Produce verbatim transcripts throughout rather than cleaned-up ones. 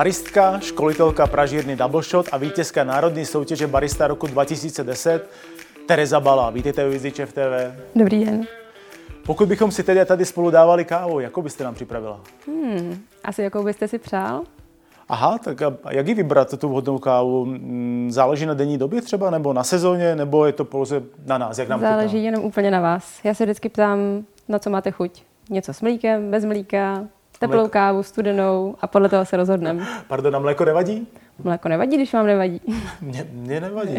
Baristka, školitelka pražírny Double Shot a vítězka národní soutěže Barista roku dva tisíce deset Tereza Bala. Vítejte u Easychef T V. Dobrý den. Pokud bychom si tedy tady spolu dávali kávu, jakou byste nám připravila? Hmm, asi jakou byste si přál? Aha, tak a jak ji vybrat, tu vhodnou kávu? Záleží na denní době třeba, nebo na sezóně, nebo je to pouze na nás, jak nám Záleží chutná? jenom úplně na vás. Já se vždycky ptám, na co máte chuť. Něco s mlíkem, bez mlíka, teplou Mléko. kávu, studenou a podle toho se rozhodneme. Pardon, a mléko nevadí? Mléko nevadí, když vám nevadí. Mně, mně nevadí.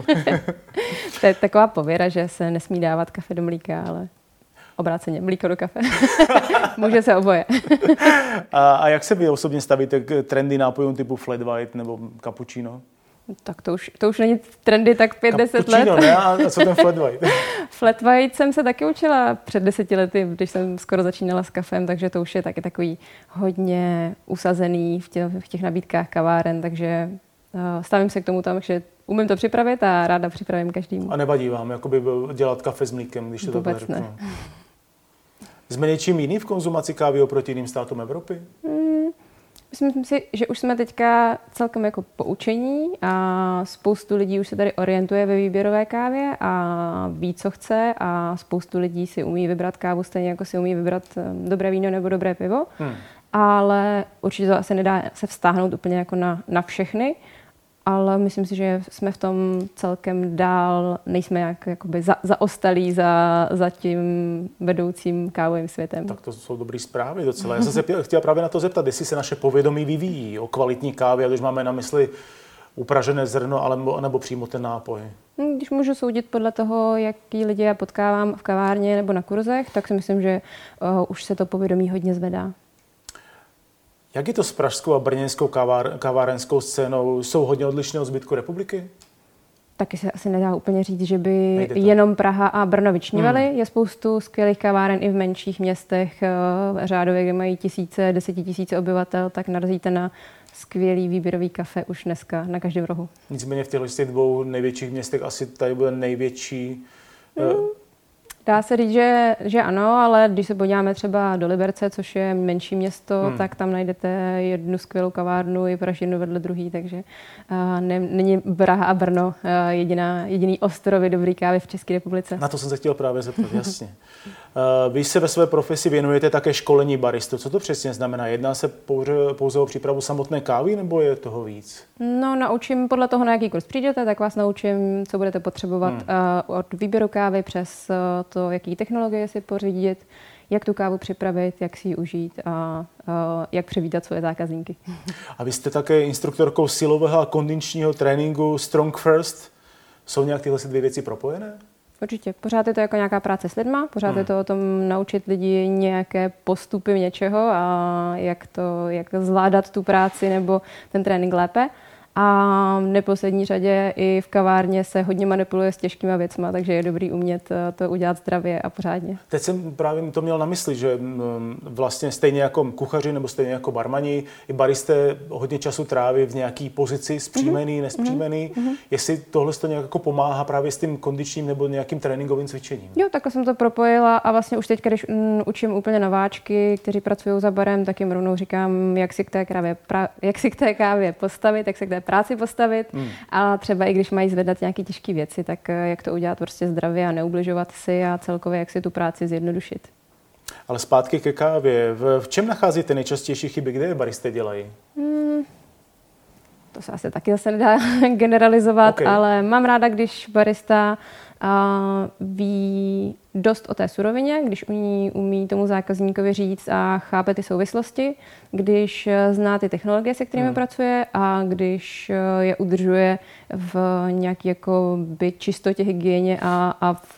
To je taková pověra, že se nesmí dávat kafe do mlíka, ale obráceně, mlíko do kafe. Může se oboje. a, a jak se vy osobně stavíte k trendy nápojům typu flat white nebo cappuccino? Tak to už, to už není trendy tak pět deset let. Cappuccino, ne? A co ten flat white? Flat white jsem se taky učila před deseti lety, když jsem skoro začínala s kafem, takže to už je taky takový hodně usazený v těch, v těch nabídkách kaváren, takže uh, stavím se k tomu tam, že umím to připravit a ráda připravím každému. A nevadí vám jakoby dělat kafe s mlíkem, když to Vůbec takhle ne. řeknu? Jsme něčím jiný v konzumaci kávy oproti jiným státům Evropy? Hmm, myslím si, že už jsme teďka celkem jako poučení a spoustu lidí už se tady orientuje ve výběrové kávě a ví, co chce a spoustu lidí si umí vybrat kávu stejně jako si umí vybrat dobré víno nebo dobré pivo. Hmm. Ale určitě to asi nedá se vztáhnout úplně jako na, na všechny. Ale myslím si, že jsme v tom celkem dál, nejsme jak, jakoby za, zaostalí za, za tím vedoucím kávovým světem. Tak to jsou dobré zprávy docela. Já jsem se chtěla právě na to zeptat, jestli se naše povědomí vyvíjí o kvalitní kávě, ať už máme na mysli upražené zrno, ale, nebo přímo ten nápoj. Když můžu soudit podle toho, jaký lidi já potkávám v kavárně nebo na kurzech, tak si myslím, že uh, už se to povědomí hodně zvedá. Jak je to s pražskou a brněnskou kavár, kavárenskou scénou? Jsou hodně odlišné od zbytku republiky? Taky se asi nedá úplně říct, že by jenom Praha a Brno vyčnívaly. Hmm. Je spoustu skvělých kaváren i v menších městech, řádově, kde mají tisíce, desetitisíce obyvatel, tak narazíte na skvělý výběrový kafe už dneska na každém rohu. Nicméně v těchto dvou největších městech asi tady bude největší... Hmm. Dá se říct, že, že ano, ale když se podíváme třeba do Liberce, což je menší město, hmm. tak tam najdete jednu skvělou kavárnu i pražírnu vedle druhý, takže uh, ne, není Praha a Brno uh, jediná, jediný ostrovy dobrý kávy v České republice. Na to jsem se chtěl právě zeptat, jasně. Uh, vy se ve své profesi věnujete také školení baristů. Co to přesně znamená? Jedná se pouze, pouze o přípravu samotné kávy, nebo je toho víc? No, naučím podle toho, na jaký kurz přijdete, tak vás naučím, co budete potřebovat hmm. uh, od výběru kávy přes uh, to, jaký technologie si pořídit, jak tu kávu připravit, jak si ji užít a uh, jak přivítat svoje zákazníky. A vy jste také instruktorkou silového a kondičního tréninku Strong First. Jsou nějak tyhle dvě věci propojené? Určitě. Pořád je to jako nějaká práce s lidma, pořád hmm. je to o tom naučit lidi nějaké postupy něčeho a jak to, jak zvládat tu práci nebo ten trénink lépe. A v neposlední řadě i v kavárně se hodně manipuluje s těžkýma věcma, takže je dobrý umět to udělat zdravě a pořádně. Teď jsem právě to měl na mysli, že vlastně stejně jako kuchaři nebo stejně jako barmani, i baristé hodně času tráví v nějaký pozici, zpříjmený, mm-hmm. nespříjmený. Mm-hmm. Jestli tohle to nějak jako pomáhá právě s tím kondičním nebo nějakým tréninkovým cvičením? Jo, takhle jsem to propojila a vlastně už teď, když um, učím úplně nováčky, kteří pracují za barem, tak jim rovnou říkám, jak si k té kávě, pra, jak si k té kávě postavit, jak se k té práci postavit hmm. a třeba i když mají zvedat nějaké těžké věci, tak jak to udělat prostě zdravě a neubližovat si a celkově jak si tu práci zjednodušit. Ale zpátky ke kávě. V čem nacházíte nejčastější chyby, kde je baristé dělají? Hmm. To se asi taky zase nedá generalizovat, okay. ale mám ráda, když barista a ví dost o té surovině, když umí, umí tomu zákazníkovi říct a chápe ty souvislosti, když zná ty technologie, se kterými hmm. pracuje a když je udržuje v nějaké jako by čistotě, hygieně a, a v,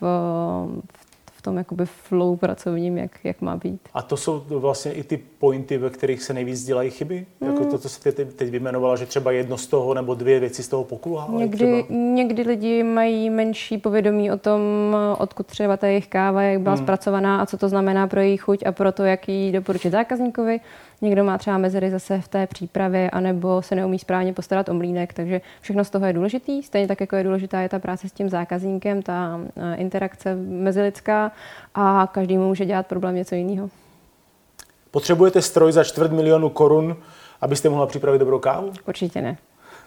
v tom jakoby flow pracovním, jak, jak má být. A to jsou vlastně i ty pointy, ve kterých se nejvíc dělají chyby? Mm. Jako to, co jste teď vyjmenovala, že třeba jedno z toho nebo dvě věci z toho pokulhávají? Někdy, někdy lidi mají menší povědomí o tom, odkud třeba ta jejich káva, jak byla mm. zpracovaná a co to znamená pro jejich chuť a pro to, jak ji doporučit zákazníkovi. Někdo má třeba mezery zase v té přípravě, anebo se neumí správně postarat o mlýnek, takže všechno z toho je důležitý. Stejně tak, jako je důležitá je ta práce s tím zákazníkem, ta interakce mezilidská a každý může dělat problém něco jiného. Potřebujete stroj za čtvrt milionu korun Abyste mohla připravit dobrou kávu? Určitě ne.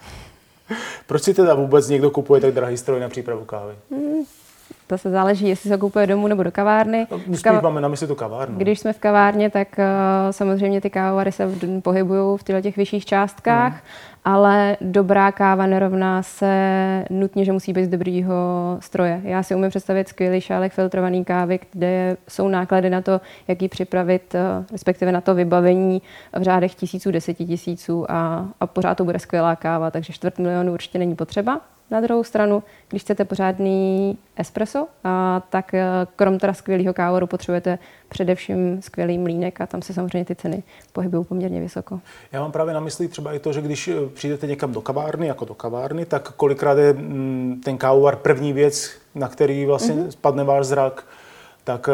Proč si teda vůbec někdo kupuje tak drahý stroj na přípravu kávy? Hmm. To se záleží, jestli se kupuje domů nebo do kavárny. No, my Kav... máme na mysli tu kavárnu. Když jsme v kavárně, tak uh, samozřejmě ty kávovary se pohybují v těchto těch vyšších částkách, mm. ale dobrá káva nerovná se nutně, že musí být z dobrýho stroje. Já si umím představit skvělý šálek filtrovaný kávy, kde jsou náklady na to, jak ji připravit, uh, respektive na to vybavení v řádech tisíců, deseti tisíců a, a pořád to bude skvělá káva, takže čtvrt milionu určitě není potřeba. Na druhou stranu, když chcete pořádný espresso, a, tak krom teda skvělého kávovaru potřebujete především skvělý mlýnek a tam se samozřejmě ty ceny pohybují poměrně vysoko. Já mám právě na mysli třeba i to, že když přijdete někam do kavárny, jako do kavárny, tak kolikrát je ten kávovar první věc, na který vlastně mm-hmm. spadne váš zrak, tak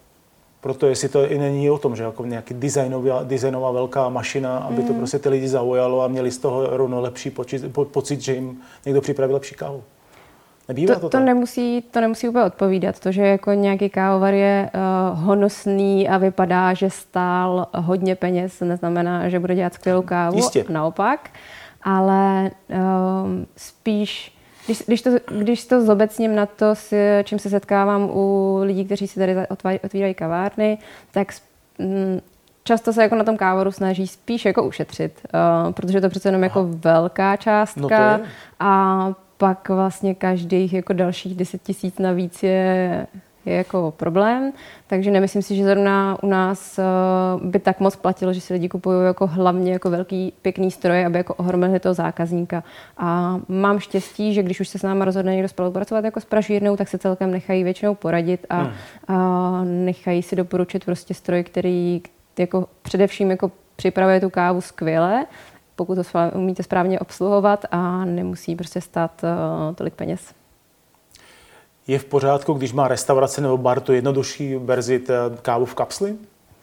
proto jestli to i není o tom, že jako nějaký designová, designová velká mašina, aby to prostě ty lidi zaujalo a měli z toho rovno lepší pocit, po, pocit, že jim někdo připraví lepší kávu. Nebývá to, to, to tak? Nemusí, to nemusí úplně odpovídat. To, že jako nějaký kávovar je uh, honosný a vypadá, že stál hodně peněz, neznamená, že bude dělat skvělou kávu. Jistě. Naopak. Ale um, spíš Když, když, to, když to zobecním na to, s čím se setkávám u lidí, kteří si tady otvírají kavárny, tak m, často se jako na tom kávovaru snaží spíš jako ušetřit, uh, protože to přece jenom jako velká částka no a pak vlastně každých jako dalších deset tisíc navíc je, je jako problém. Takže nemyslím si, že zrovna u nás uh, by tak moc platilo, že si lidi kupují jako hlavně jako velký pěkný stroj, aby jako ohromili toho zákazníka. A mám štěstí, že když už se s náma rozhodne někdo spolupracovat jako s pražírnou, tak se celkem nechají většinou poradit a, hmm. a nechají si doporučit prostě stroj, který jako především jako připravuje tu kávu skvěle, pokud to umíte správně obsluhovat a nemusí prostě stát uh, tolik peněz. Je v pořádku, když má restaurace nebo bar tu jednodušší verzi kávu v kapsli?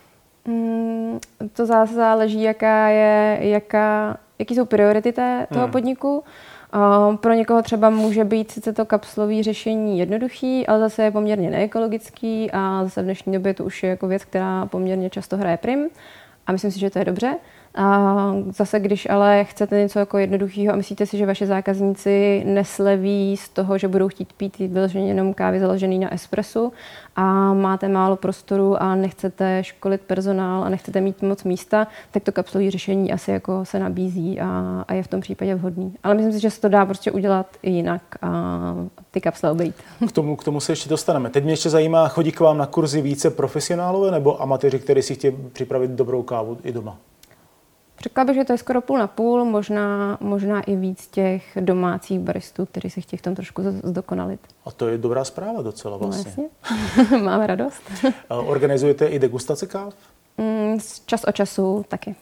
Mm, to zase záleží, jaká je, jaká, jaký jsou priority té, toho hmm. podniku. Uh, pro někoho třeba může být sice to kapslové řešení jednoduchý, ale zase je poměrně neekologický a zase v dnešní době to už je jako věc, která poměrně často hraje prim a myslím si, že to je dobře. A zase, když ale chcete něco jako jednoduchého a myslíte si, že vaše zákazníci nesleví z toho, že budou chtít pít vyloženě jenom kávy založený na espressu a máte málo prostoru a nechcete školit personál a nechcete mít moc místa, tak to kapsulové řešení asi jako se nabízí a, a je v tom případě vhodný. Ale myslím si, že se to dá prostě udělat i jinak a ty kapsle obejít. K tomu, k tomu se ještě dostaneme. Teď mě ještě zajímá, chodí k vám na kurzy více profesionálové nebo amatéři, kteří si chtějí připravit dobrou kávu i doma? Řekla bych, že to je skoro půl na půl, možná, možná i víc těch domácích baristů, kteří se chtějí v tom trošku zdokonalit. A to je dobrá zpráva docela vlastně. No, máme radost. Organizujete i degustace káv? Mm, čas od času taky.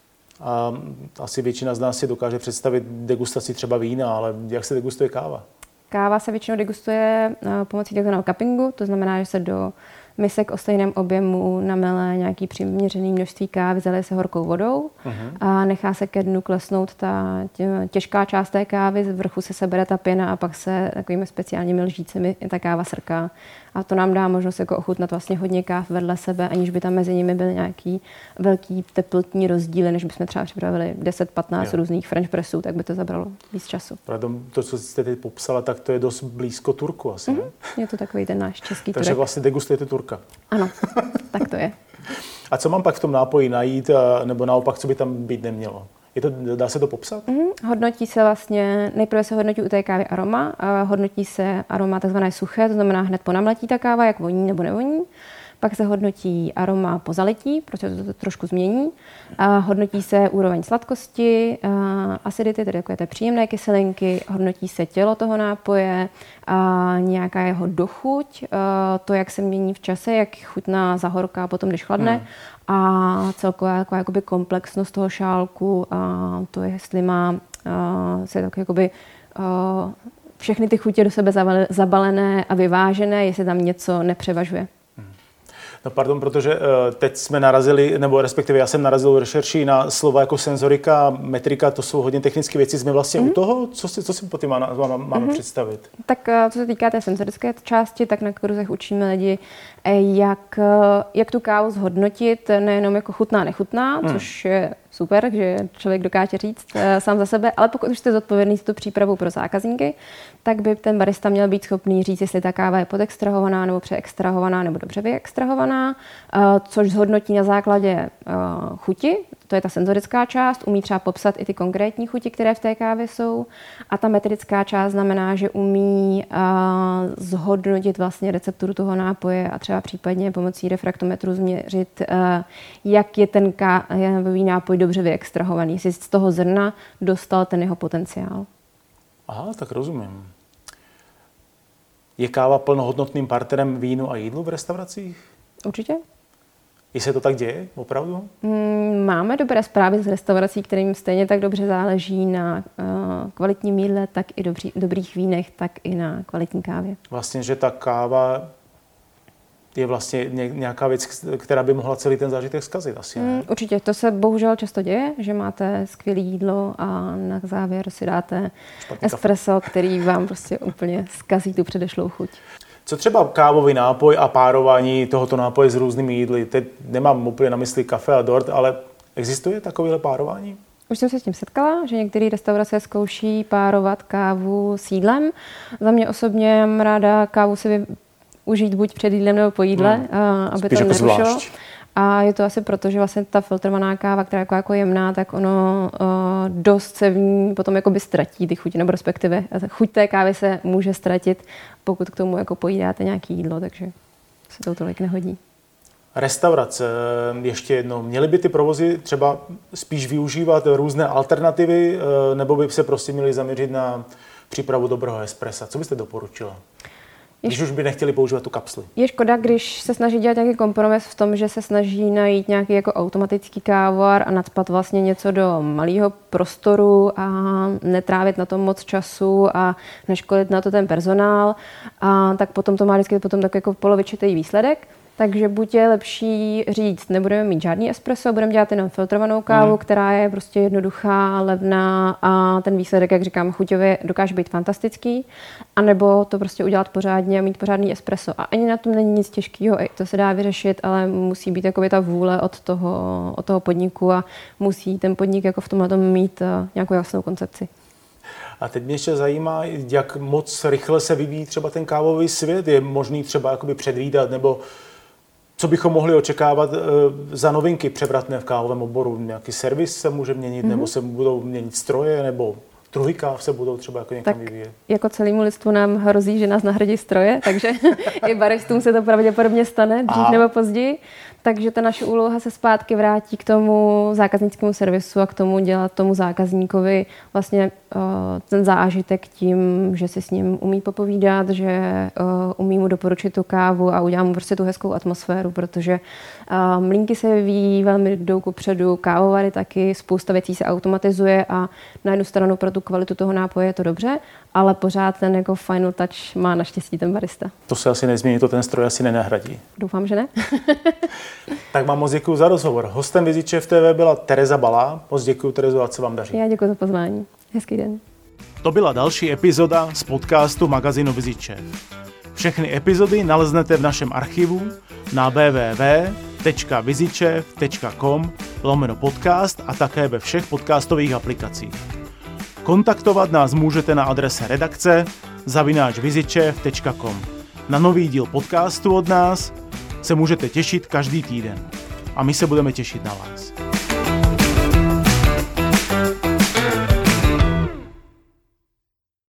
A asi většina z nás si dokáže představit degustaci třeba vína, ale jak se degustuje káva? Káva se většinou degustuje pomocí takzvaného cuppingu, to znamená, že se do misek o stejném objemu namele nějaký přiměřený množství kávy, zalije se horkou vodou uh-huh. a nechá se ke dnu klesnout ta těžká část té kávy, z vrchu se sebere ta pěna a pak se takovými speciálními lžícemi ta káva srká. A to nám dá možnost jako ochutnat vlastně hodně káv vedle sebe, aniž by tam mezi nimi byly nějaký velký teplotní rozdíly, než bychom třeba připravili deset patnáct různých French pressů, tak by to zabralo víc času. Pravda, to, co jste teď popsala, tak to je dost blízko Turku asi, mm-hmm. Je to takový ten náš český Takže Turek. vlastně degustujete Turka. Ano, tak to je. A co mám pak v tom nápoji najít, nebo naopak, co by tam být nemělo? Je to, dá se to popsat? Mm, hodnotí se vlastně, nejprve se hodnotí u té kávy aroma, a hodnotí se aroma takzvané suché, to znamená hned po namletí ta káva, jak voní nebo nevoní. Pak se hodnotí aroma po zalití, protože to, to trošku změní. A hodnotí se úroveň sladkosti, acidity, tedy takové té příjemné kyselinky, hodnotí se tělo toho nápoje, a nějaká jeho dochuť, to, jak se mění v čase, jak chutná zahorká potom, když chladne. Hmm. A celková taková jakoby komplexnost toho šálku a to, jestli má uh, se tak jakoby uh, všechny ty chutě do sebe zabalené a vyvážené, jestli tam něco nepřevažuje. No pardon, protože uh, teď jsme narazili, nebo respektive já jsem narazil v rešerši na slova jako senzorika, metrika, to jsou hodně technické věci. Jsme vlastně mm-hmm. u toho, co si, co si po tím máme, máme mm-hmm. představit? Tak uh, co se týká té senzorické části, tak na kurzech učíme lidi, jak, jak tu kávu zhodnotit, nejenom jako chutná, nechutná, mm. což je super, že člověk dokáže říct sám za sebe, ale pokud už jste zodpovědný za tu přípravu pro zákazníky, tak by ten barista měl být schopný říct, jestli ta káva je podextrahovaná nebo přeextrahovaná nebo dobře vyextrahovaná, což zhodnotí na základě chuti, to je ta senzorická část, umí třeba popsat i ty konkrétní chuti, které v té kávě jsou, a ta metodická část znamená, že umí zhodnotit vlastně recepturu toho nápoje a třeba případně pomocí refraktometru změřit, jak je ten kávový nápoj dobře vyextrahovaný, jestli z toho zrna dostal ten jeho potenciál. Aha, tak rozumím. Je káva plnohodnotným partnerem vínu a jídlu v restauracích? Určitě. Jestli se to tak děje, opravdu? Máme dobré zprávy z restaurací, kterým stejně tak dobře záleží na uh, kvalitním jídle, tak i dobří, dobrých vínech, tak i na kvalitní kávě. Vlastně, že ta káva je vlastně nějaká věc, která by mohla celý ten zážitek zkazit asi, ne? Mm, určitě, to se bohužel často děje, že máte skvělé jídlo a na závěr si dáte špatný espresso, kafe, který vám prostě úplně zkazí tu předešlou chuť. Co třeba kávový nápoj a párování tohoto nápoje s různými jídly? Teď nemám úplně na mysli kafe a dort, ale existuje takovéhle párování? Už jsem se s tím setkala, že některé restaurace zkouší párovat kávu s jídlem. Za mě osobně mám ráda kávu si užít buď před jídlem nebo po jídle, hmm. aby Spíš to jako nerušilo. Zvlášť. A je to asi proto, že vlastně ta filtrovaná káva, která je jako, jako jemná, tak ono uh, dost se v ní potom jakoby ztratí ty chuť, nebo respektive chuť té kávy se může ztratit, pokud k tomu jako pojídáte nějaké jídlo, takže se to tolik nehodí. Restaurace, ještě jednou, měly by ty provozy třeba spíš využívat různé alternativy, nebo by se prostě měli zaměřit na přípravu dobrého espressa? Co byste doporučila? Když už by nechtěli používat tu kapsli. Je škoda, když se snaží dělat nějaký kompromis v tom, že se snaží najít nějaký jako automatický kávovar a nacpat vlastně něco do malého prostoru a netrávit na tom moc času a neškolit na to ten personál, a tak potom to má vždycky potom tak jako polovičitý výsledek. Takže buď je lepší říct, nebudeme mít žádný espresso, budeme dělat jenom filtrovanou kávu, mm. která je prostě jednoduchá, levná a ten výsledek, jak říkám, chuťově dokáže být fantastický, anebo to prostě udělat pořádně a mít pořádný espresso. A ani na tom není nic těžkého, to se dá vyřešit, ale musí být jakoby ta vůle od toho, od toho podniku a musí ten podnik jako v tomhle mít nějakou jasnou koncepci. A teď mě ještě zajímá, jak moc rychle se vyvíjí třeba ten kávový svět. Je možný třeba jakoby předvídat, nebo co bychom mohli očekávat za novinky převratné v kávovém oboru? Nějaký servis se může měnit, mm-hmm. nebo se budou měnit stroje, nebo druhy káv se budou třeba jako někam tak vyvíjet? Jako celému lidstvu nám hrozí, že nás nahradí stroje, takže i baristům se to pravděpodobně stane dřív Aha. nebo později. Takže ta naše úloha se zpátky vrátí k tomu zákaznickému servisu a k tomu dělat tomu zákazníkovi vlastně uh, ten zážitek tím, že si s ním umí popovídat, že uh, umí mu doporučit tu kávu a udělá mu prostě tu hezkou atmosféru, protože uh, mlýnky se vyvíjí, velmi jdou kupředu, kávovary taky, spousta věcí se automatizuje a na jednu stranu pro tu kvalitu toho nápoje je to dobře, ale pořád ten jako final touch má naštěstí ten barista. To se asi nezmění, to ten stroj asi nenahradí. Doufám, že ne. Tak vám moc děkuji za rozhovor. Hostem VizitChef T V byla Tereza Balá. Moc děkuji, Terezo, ať se vám daří. Já děkuji za pozvání. Hezký den. To byla další epizoda z podcastu magazínu VizitChef. Všechny epizody naleznete v našem archivu na w w w tečka vizitchef tečka com lomeno podcast a také ve všech podcastových aplikacích. Kontaktovat nás můžete na adrese redakce zavináč vizitchef tečka com. Na nový díl podcastu od nás se můžete těšit každý týden. A my se budeme těšit na vás.